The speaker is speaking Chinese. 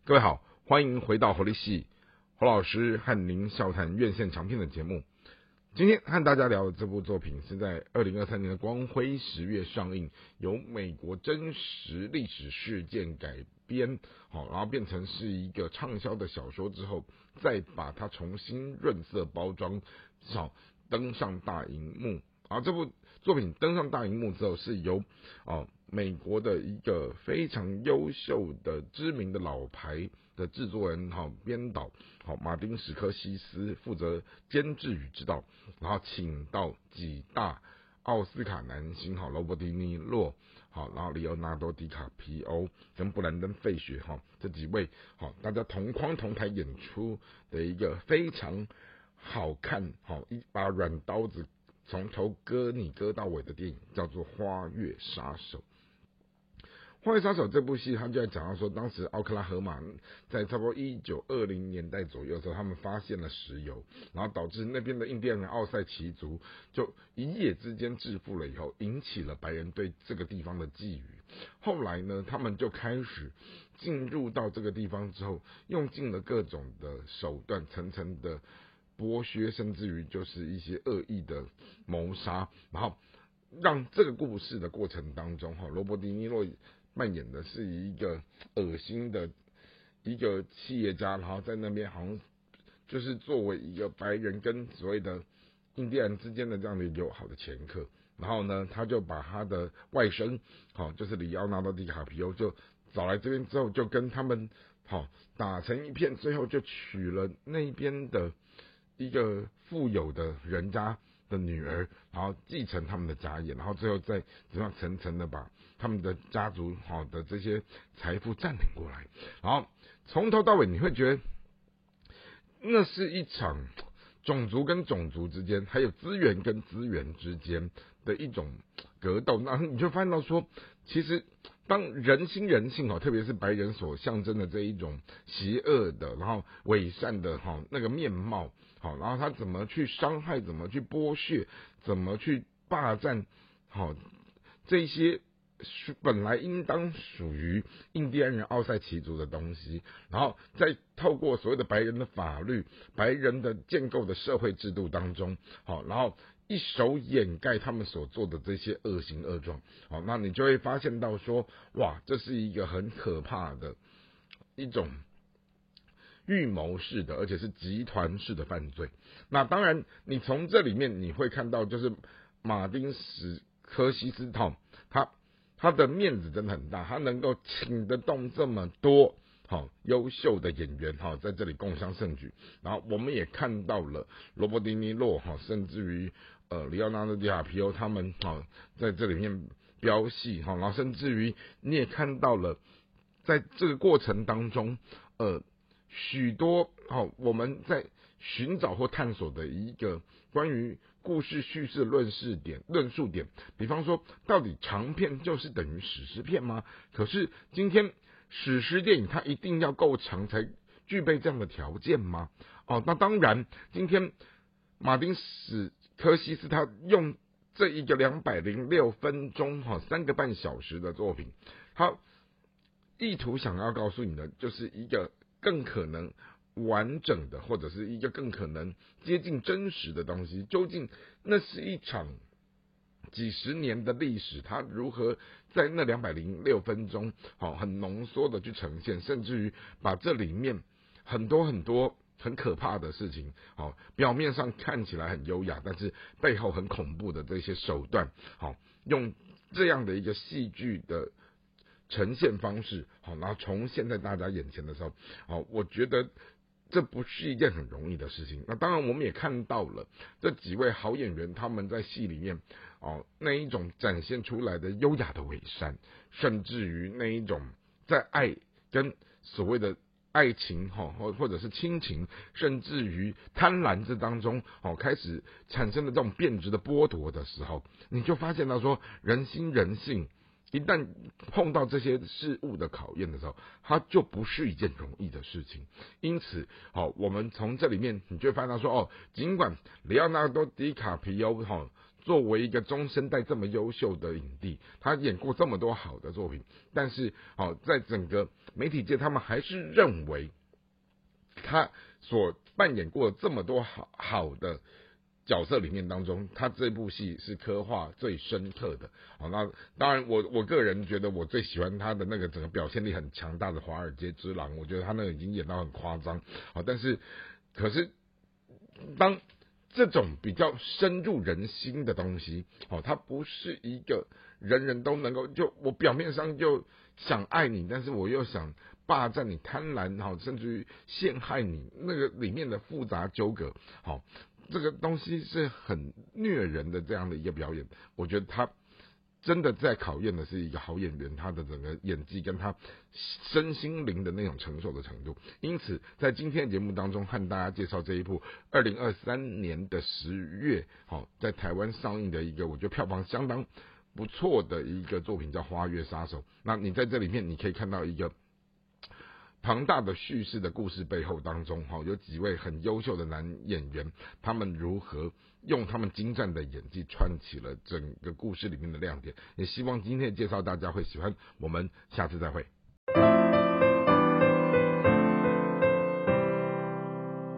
各位好，欢迎回到活力系侯老师和您笑谈院线长片的节目。今天和大家聊的这部作品是在2023年的光辉10月上映，由美国真实历史事件改编，然后变成是一个畅销的小说之后，再把它重新润色包装，登上大荧幕。这部作品登上大荧幕之后，是由美国的一个非常优秀的知名的老牌的制作人编导马丁史科西斯负责监制与指导，然后请到几大奥斯卡男星罗伯迪尼洛然后里奥纳多迪卡皮欧跟布兰登费雪这几位大家同框同台演出的一个非常好看一把软刀子从头割你割到尾的电影，叫做《花月杀手》。《花月杀手》这部戏，他就在讲到说，当时奥克拉荷马在差不多1920年代左右的时候，他们发现了石油，然后导致那边的印第安人奥塞奇族就一夜之间致富了以后，引起了白人对这个地方的觊觎。后来呢，他们就开始进入到这个地方之后，用尽了各种的手段，层层的剥削，甚至于就是一些恶意的谋杀，然后让这个故事的过程当中，罗伯迪尼洛扮演的是一个恶心的一个企业家，然后在那边好像就是作为一个白人跟所谓的印第安人之间的这样的友好的掮客，然后呢，他就把他的外甥就是里奥纳多迪卡皮欧就找来这边之后，就跟他们打成一片，最后就娶了那边的一个富有的人家的女儿，然后继承他们的家业，然后最后再怎样层层的把他们的家族的这些财富占领过来，然后从头到尾你会觉得那是一场种族跟种族之间，还有资源跟资源之间的一种格斗，然后你就发现到说，其实当人心人性特别是白人所象征的这一种邪恶的，然后伪善的那个面貌，然后他怎么去伤害，怎么去剥削，怎么去霸占这些本来应当属于印第安人奥塞奇族的东西，然后再透过所谓的白人的法律、白人的建构的社会制度当中，然后一手掩盖他们所做的这些恶行恶状，那你就会发现到说，哇，这是一个很可怕的一种预谋式的，而且是集团式的犯罪。那当然，你从这里面你会看到，就是马丁史科西斯他的面子真的很大，他能够请得动这么多优秀的演员在这里共襄盛举，然后我们也看到了罗伯迪尼洛甚至于里奥纳多迪卡皮欧他们在这里面飙戏然后甚至于你也看到了在这个过程当中许多我们在寻找或探索的一个关于故事叙事论述点，比方说，到底长片就是等于史诗片吗？可是今天史诗电影它一定要够长才具备这样的条件吗？那当然，今天马丁史科西斯他用这一个206分钟3个半小时的作品，他意图想要告诉你的就是一个更可能完整的，或者是一个更可能接近真实的东西。究竟那是一场几十年的历史，它如何在那206分钟很浓缩的去呈现，甚至于把这里面很多很多很可怕的事情表面上看起来很优雅，但是背后很恐怖的这些手段用这样的一个戏剧的呈现方式然后重现在大家眼前的时候我觉得这不是一件很容易的事情。那当然我们也看到了这几位好演员他们在戏里面那一种展现出来的优雅的伪善，甚至于那一种在爱跟所谓的爱情或者是亲情，甚至于贪婪这当中开始产生的这种变质的剥夺的时候，你就发现到说，人心人性一旦碰到这些事物的考验的时候，它就不是一件容易的事情。因此我们从这里面你就会发现到说尽管里奥纳多迪卡皮欧作为一个中生代这么优秀的影帝，他演过这么多好的作品，但是在整个媒体界，他们还是认为他所扮演过这么多好的角色里面当中，他这部戏是刻画最深刻的。好，那当然我个人觉得我最喜欢他的那个整个表现力很强大的华尔街之狼，我觉得他那个已经演到很夸张。好，可是当这种比较深入人心的东西，它不是一个人人都能够，就我表面上就想爱你，但是我又想霸占你、贪婪，甚至于陷害你，那个里面的复杂纠葛，这个东西是很虐人的这样的一个表演，我觉得他真的在考验的是一个好演员他的整个演技跟他身心灵的那种承受的程度。因此在今天的节目当中和大家介绍这一部2023年的10月在台湾上映的一个我觉得票房相当不错的一个作品叫《花月杀手》。那你在这里面你可以看到一个庞大的叙事的故事背后当中，有几位很优秀的男演员，他们如何用他们精湛的演技串起了整个故事里面的亮点。也希望今天的介绍大家会喜欢，我们下次再会。